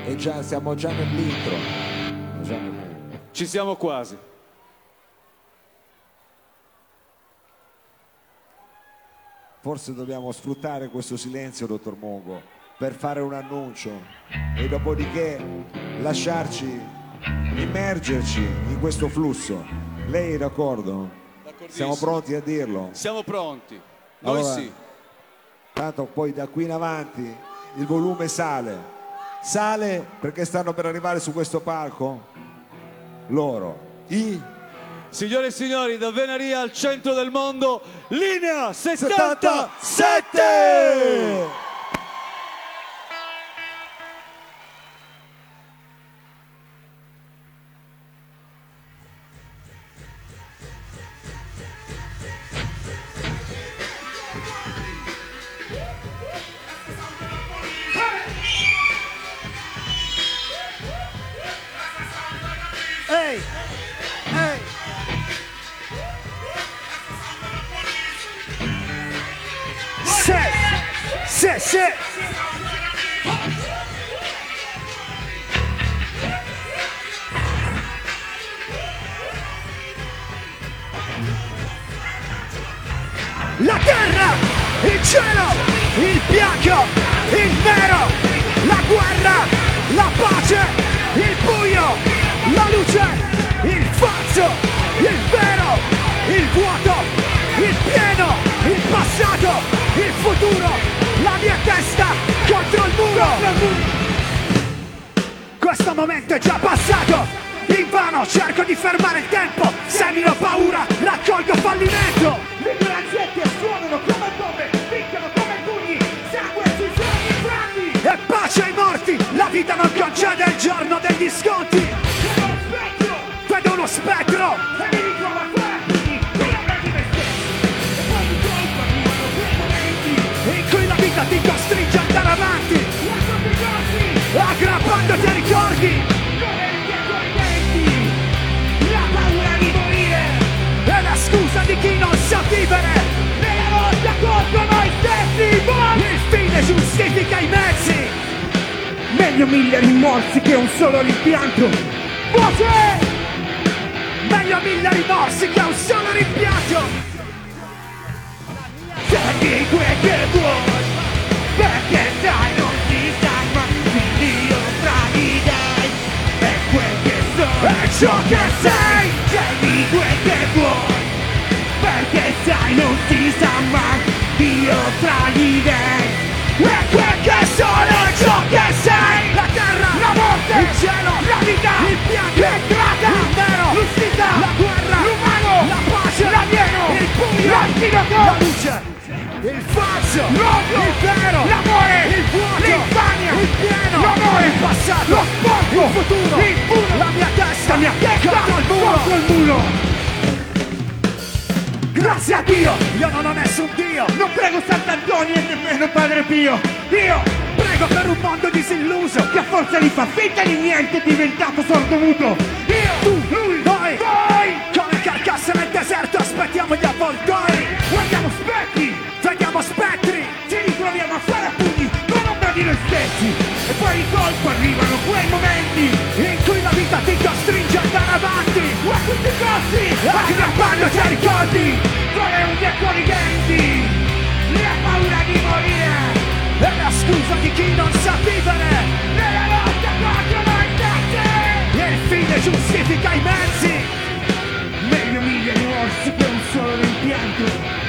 E già siamo già nell'intro. Ci siamo quasi. Forse dobbiamo sfruttare questo silenzio, dottor Mongo, per fare un annuncio e dopodiché lasciarci immergerci in questo flusso. Lei è d'accordo? Siamo pronti a dirlo? Siamo pronti. Noi Allora, sì. tanto poi da qui in avanti il volume sale. Sale perché stanno per arrivare su questo palco loro, Signore e signori, da Venaria al centro del mondo, linea 77! Ehi! Ehi! Se! La terra, il cielo, il bianco, il nero, la guerra, la pace, il buio, la luce, il falso, il vero, il vuoto, il pieno, il passato, il futuro, la mia testa contro il muro. Questo momento è già passato, invano cerco di fermare il tempo, semino paura, raccolgo fallimento. Le violenzette suonano come bombe, picchiano come pugni, sangue sui suoni entrambi. E pace ai morti, la vita non concede il giorno degli sconti. Vedo uno spettro e mi ritrovo a farmi una di me stesso. E poi mi colpo, arrivano quei momenti in cui la vita ti costringe ad andare avanti, aggrappandoti ai ricordi. La paura di morire è la scusa di chi non sa vivere. Nella lotta contro noi stessi, il fine giustifica i mezzi. Meglio 1000 rimorsi che un solo rimpianto. Voce! Meglio 1000 rimorsi che un solo rimpianto. Segui quel che vuoi, perché sai non ti sa mai. Io tra di dai, è quel che sono, è ciò che sei. Segui quel che vuoi, perché sai non ti sa mai. Io tra gli dei, è quel che sono, è ciò che sei. La terra, la morte, il cielo, la vita, il pianto, l'entrata, il nero, l'uscita, la guerra, l'umano, la pace, l'alieno, il buio, l'antidoto, la luce, il falso, l'odio, il vero, l'amore, il vuoto, l'infamia, il pieno, l'amore, il passato, lo sporco, il futuro, il puro, la mia testa contro il muro. Grazie a Dio, io non ho nessun Dio. Non prego Sant'Antonio e nemmeno Padre Pio. Io prego per un mondo disilluso che a forza di far finta di niente è diventato sordomuto. Io, tu, lui, noi, come carcasse nel deserto aspettiamo gli avvoltoi. Guardiamo specchi, vediamo spettri, ci ritroviamo a fare a pugni con ombra di noi stessi. E poi di colpo arrivano quei momenti in cui la vita ti costringe ad andare avanti a tutti i costi, aggrappandoci ai ricordi con le unghie e con i denti. La paura di morire è la scusa di chi non sa vivere. Nella lotta contro noi stessi, il fine giustifica i mezzi. Meglio 1000 rimorsi che un solo rimpianto.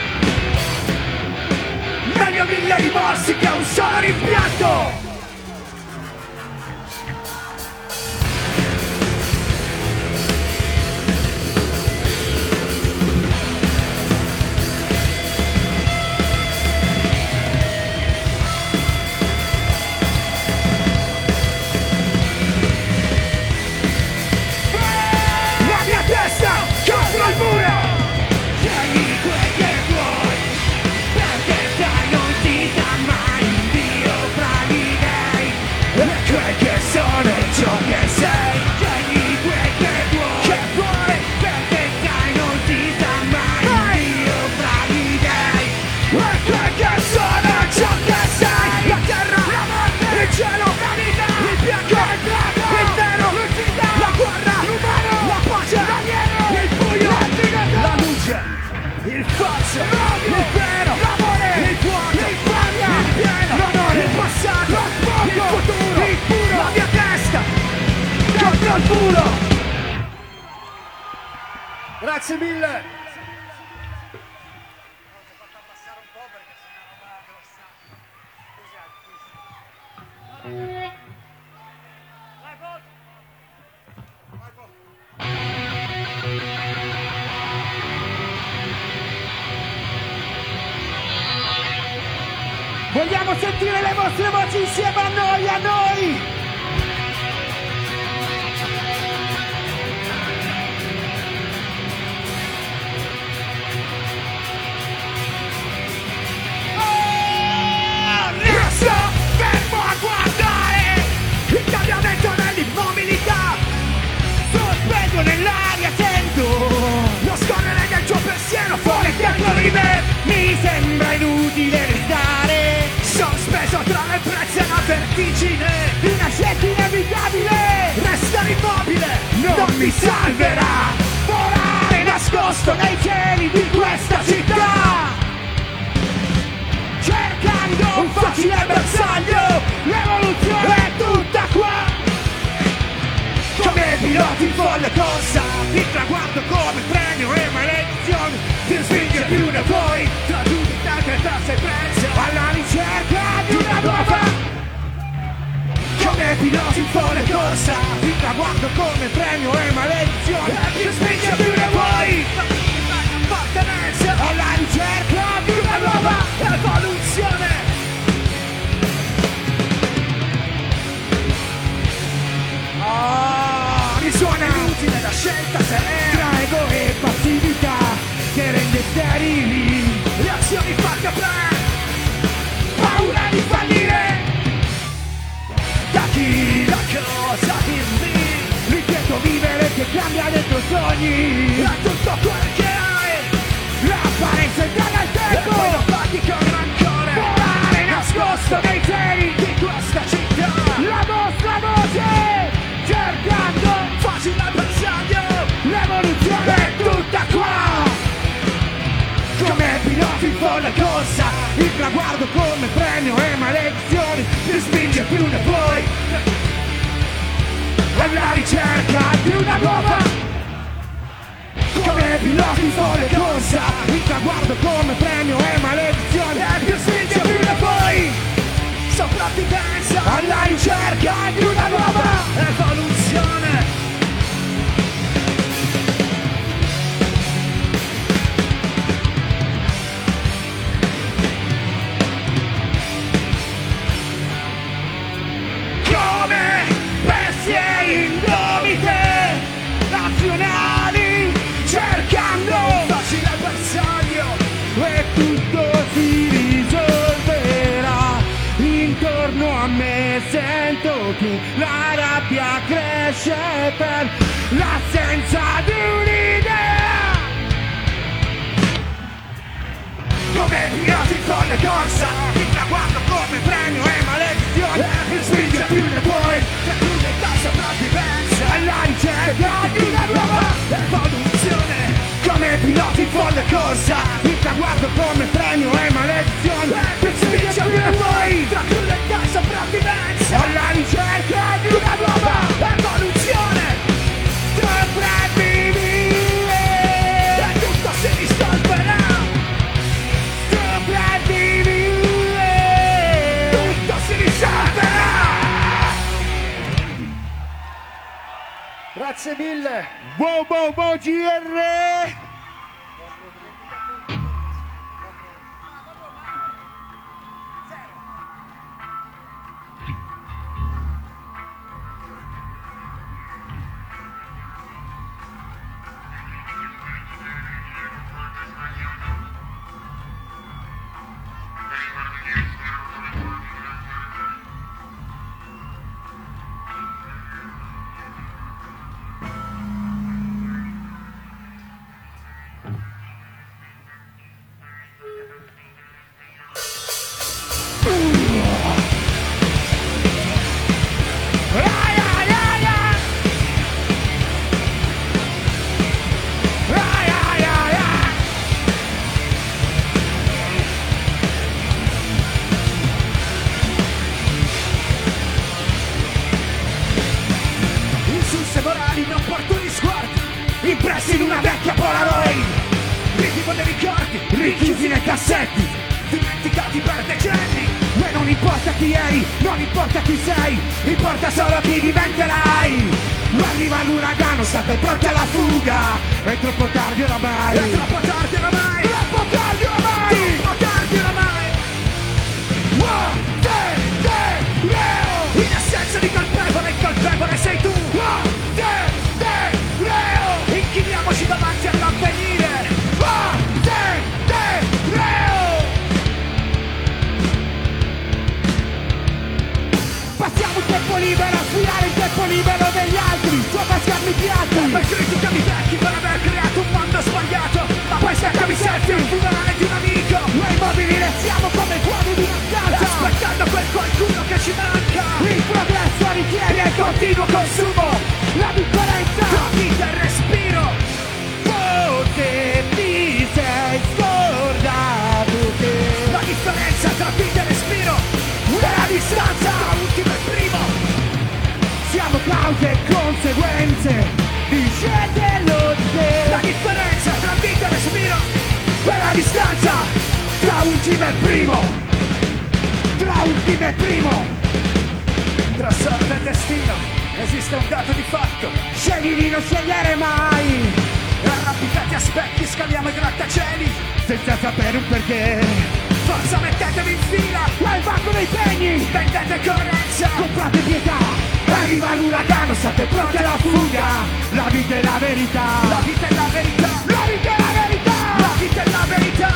Meglio 1000 rimorsi che un solo rimpianto. Contro il muro! Scegli quel che vuoi, perché sai non ti sa mai. Dio fra gli dei, è quel che sono e ciò che sei. Scegli quel che vuoi, perché sai non ti sa mai. Dio fra gli dei, è quel che sono e ciò che sei. La terra, la morte, il cielo, la vita, il bianco. culo. Grazie mille. Vogliamo sentire le vostre voci insieme a noi, a noi! Oh, resto fermo a guardare il cambiamento dell'immobilità. Sospendo nell'aria, sento lo scorrere del tuo pensiero fuori dentro di me. Mi sembra inutile restare sospeso tra le brezze e la vertigine di una scelta inevitabile. Restare immobile non mi salverà. Volare nascosto nei cieli di questa città, cercando un facile bersaglio. L'evoluzione è tutta qua. Come piloti in folle corsa, il traguardo come premio e maledizione. Ti spinge più ne puoi, tra tutte tante tasse prese, alla ricerca di una nuova. Come piloti in folle corsa, il traguardo come premio e maledizione. Ti spinge più ne puoi, appartenenza, alla ricerca di una nuova evoluzione. Risuona inutile la scelta se è tra ego e passività che rende sterili le azioni fatte a plan. Paura di fallire, da chi la cosa dirmi. Ripeto vivere che cambia dei tuoi sogni. È tutto quel che hai, l'apparenza è data al tempo. E poi lo paghi con rancore. Volare nascosto nei cieli di questa città. La vostra voce cercando facile bersaglio. L'evoluzione è tutta qua. Come piloti in folle corsa, il traguardo come premio e maledizioni. Ti spinge più ne puoi, alla ricerca di una nuova. Come piloti in folle corsa, il traguardo come premio e maledizioni. Ti spinge più ne puoi, sopravvivenza, alla ricerca di una nuova evoluzione. Come bestie indomite, nazionali, cercando facile bersaglio. E tutto si risolverà. Intorno a me sento che la rabbia cresce per l'assenza di un'idea. Come piloti con le corsa, il traguardo come premio e maledizione. Mi spinge più ne puoi, tra crudeltà e sopravvivenza, alla ricerca di una nuova evoluzione. Come piloti con le corsa, il traguardo come premio e maledizione. Mi spinge più ne puoi, tra crudeltà e sopravvivenza, alla ricerca di una nuova evoluzione. Sopravvivi e tutto si risolverà. Tutto si risolverà. Grazie mille. Wow wow wow GR. impressi in una vecchia Polaroid. Ritmo dei ricordi, richiusi nei cassetti, dimenticati per decenni. E non importa chi eri, non importa chi sei, importa solo chi diventerai. Arriva l'uragano, state pronti alla fuga. È troppo tardi oramai. È troppo tardi oramai. Troppo tardi oramai. Troppo tardi oramai. One, day, Leo. In assenza di colpevole, il colpevole sei tu. One, day, Leo. Inchiniamoci davanti all'avvenire. One, day, Leo. Passiamo il tempo libero a sfidare il tempo libero degli altri, sopra schermi piatti. Per criticami vecchi per aver creato un mondo sbagliato, ma poi cercami selfie il funerale di un amico. Noi mobili restiamo come quadri di una stanza, aspettando quel qualcuno che ci manca. Il progresso richiede il continuo consumo, la differenza tra vita e respiro. Forse ti sei scordato che la differenza tra vita e respiro è la distanza tra ultimo e primo. Siamo cause e conseguenze di scelte logiche. La differenza tra vita e respiro è la distanza tra ultimo e primo. Tra ultimo e primo. Tra sorte e destino esiste un dato di fatto. Scegli di non scegliere mai. Arrampicati a specchi scaliamo i grattacieli senza sapere un perché. Forza mettetevi in fila al banco dei pegni. Vendete coerenza, comprate pietà. Arriva l'uragano, state pronti alla fuga. La vita è la verità. La vita è la verità. La vita è la verità. La vita è la verità.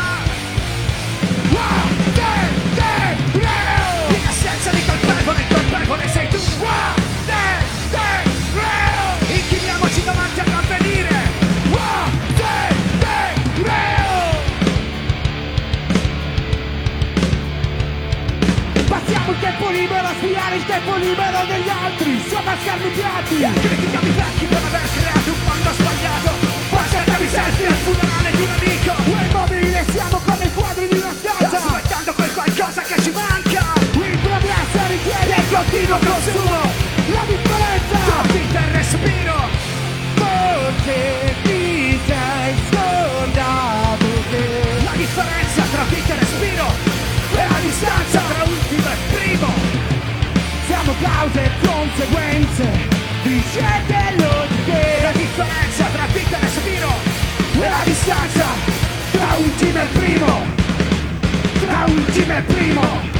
One, day, Leo. In assenza di colpevole, il colpevole sei tu. One, day, Leo. Inchiniamoci davanti all'avvenire. One, day, Leo. Passiamo il tempo libero a spiare il tempo libero degli altri, sopra schermi piatti. Criticami vecchi per aver creato un mondo sbagliato, poi cercami selfie al funerale di un amico. Noi mobili restiamo come i quadri di una stanza, aspettando quel qualcosa che ci manca. Il progresso richiede il continuo consumo, la differenza tra vita e respiro. Forse ti sei scordato che la differenza tra vita e respiro è la distanza tra ultimo e primo. Siamo cause e conseguenze di scelte logiche. La differenza tra vita e respiro è la distanza tra ultimo e primo. Tra ultimo e primo.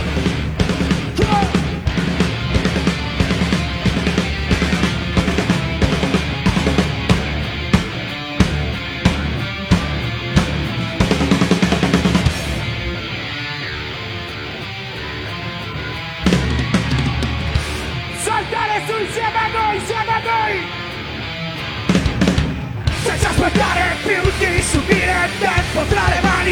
Insieme a noi! Senza aspettare più di subire il tempo tra le mani.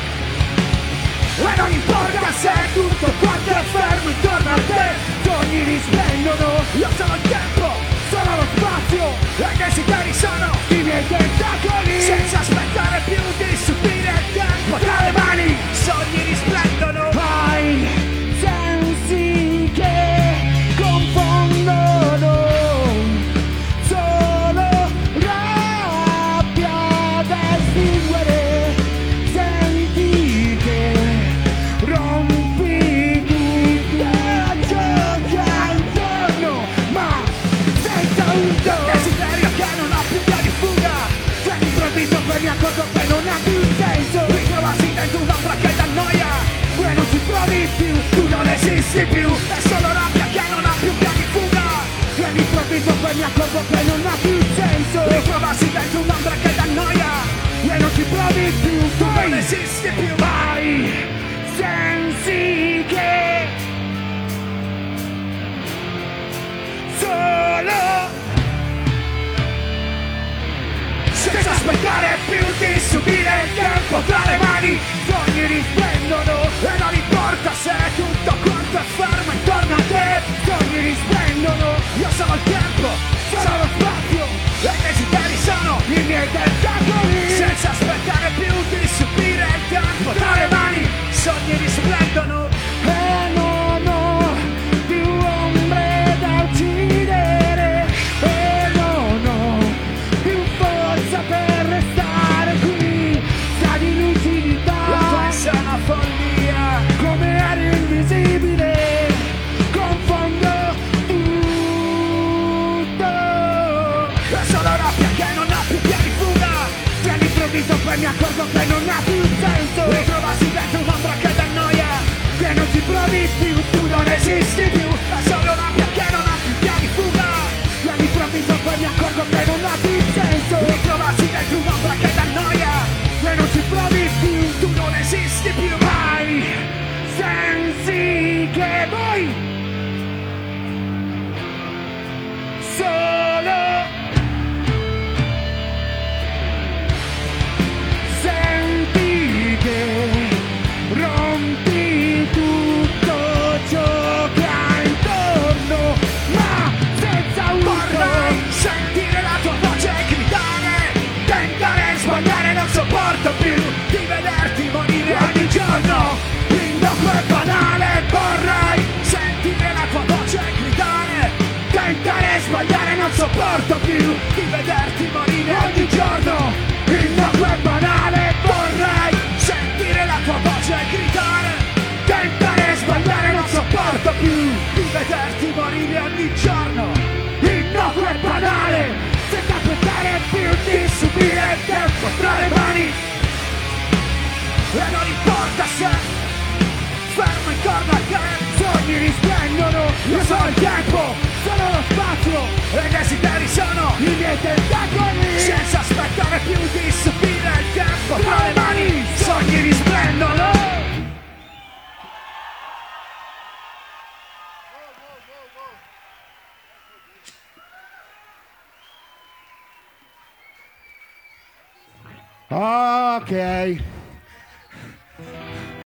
E non importa se tutto quanto è fermo intorno a te. Sogni risplendono, io sono il tempo, sono lo spazio. E i desideri sono i miei tentacoli. Senza aspettare più di subire il tempo tra le mani. Sogni risplendono. Hai sensi che confondono, solo rabbia da estinguere. Senti che rompi tutto intorno, ma senza un desiderio che non ha più via di fuga. Che all'improvviso poi mi accorgo che non ha più senso. Ritrovarsi dentro un'ombra che ti annoia. E non ci provi più, tu non esisti più. È solo rabbia che non ha più via di fuga. E all'improvviso poi mi accorgo che non ha più senso. Ritrovarsi dentro un'ombra che ti annoia. E non ci provi più, tu non esisti più. Hai sensi che solo senza aspettare più di subire il tempo tra le mani. Sogni risplendono e non importa se tutto quanto è fermo intorno a te. Sogni risplendono, io sono il tempo, sono lo spazio. E i desideri sono i miei tentacoli. Senza aspettare più di subire il tempo tra le mani. Sogni risplendono e non ho più ombre da uccidere. E non ho più forza poi mi accorgo che non ha più senso. Ritrovarsi dentro un'ombra che dà noia, che non ci provi più, tu non esisti più. È solo rabbia che non ha più via di fuga. E all'improvviso poi mi accorgo che non ha più senso. Ritrovarsi dentro un'ombra che dà noia, che non ci provi più, tu non esisti più. Hai sensi che voi solo senti che rompi tutto ciò che hai intorno, ma senza un vorrei sentire la tua voce gridare, tentare e sbagliare, non sopporto più di vederti morire ogni giorno. L'indocco è banale, vorrei sentire la tua voce gridare, tentare e sbagliare, non sopporto più di vederti morire ogni giorno. L'indocco è banale, vorrei sentire la tua voce gridare, tentare e sbagliare, non sopporto più di vederti morire ogni giorno. L'indocco è banale, senza aspettare più di subire il tempo tra le mani. E non importa se fermo intorno a te, sogni risplendono, io sono il tempo, sono lo spazio, e i desideri sono i miei tentacoli. Senza aspettare più di subire il tempo tra le mani, sogni risplendono. Ok.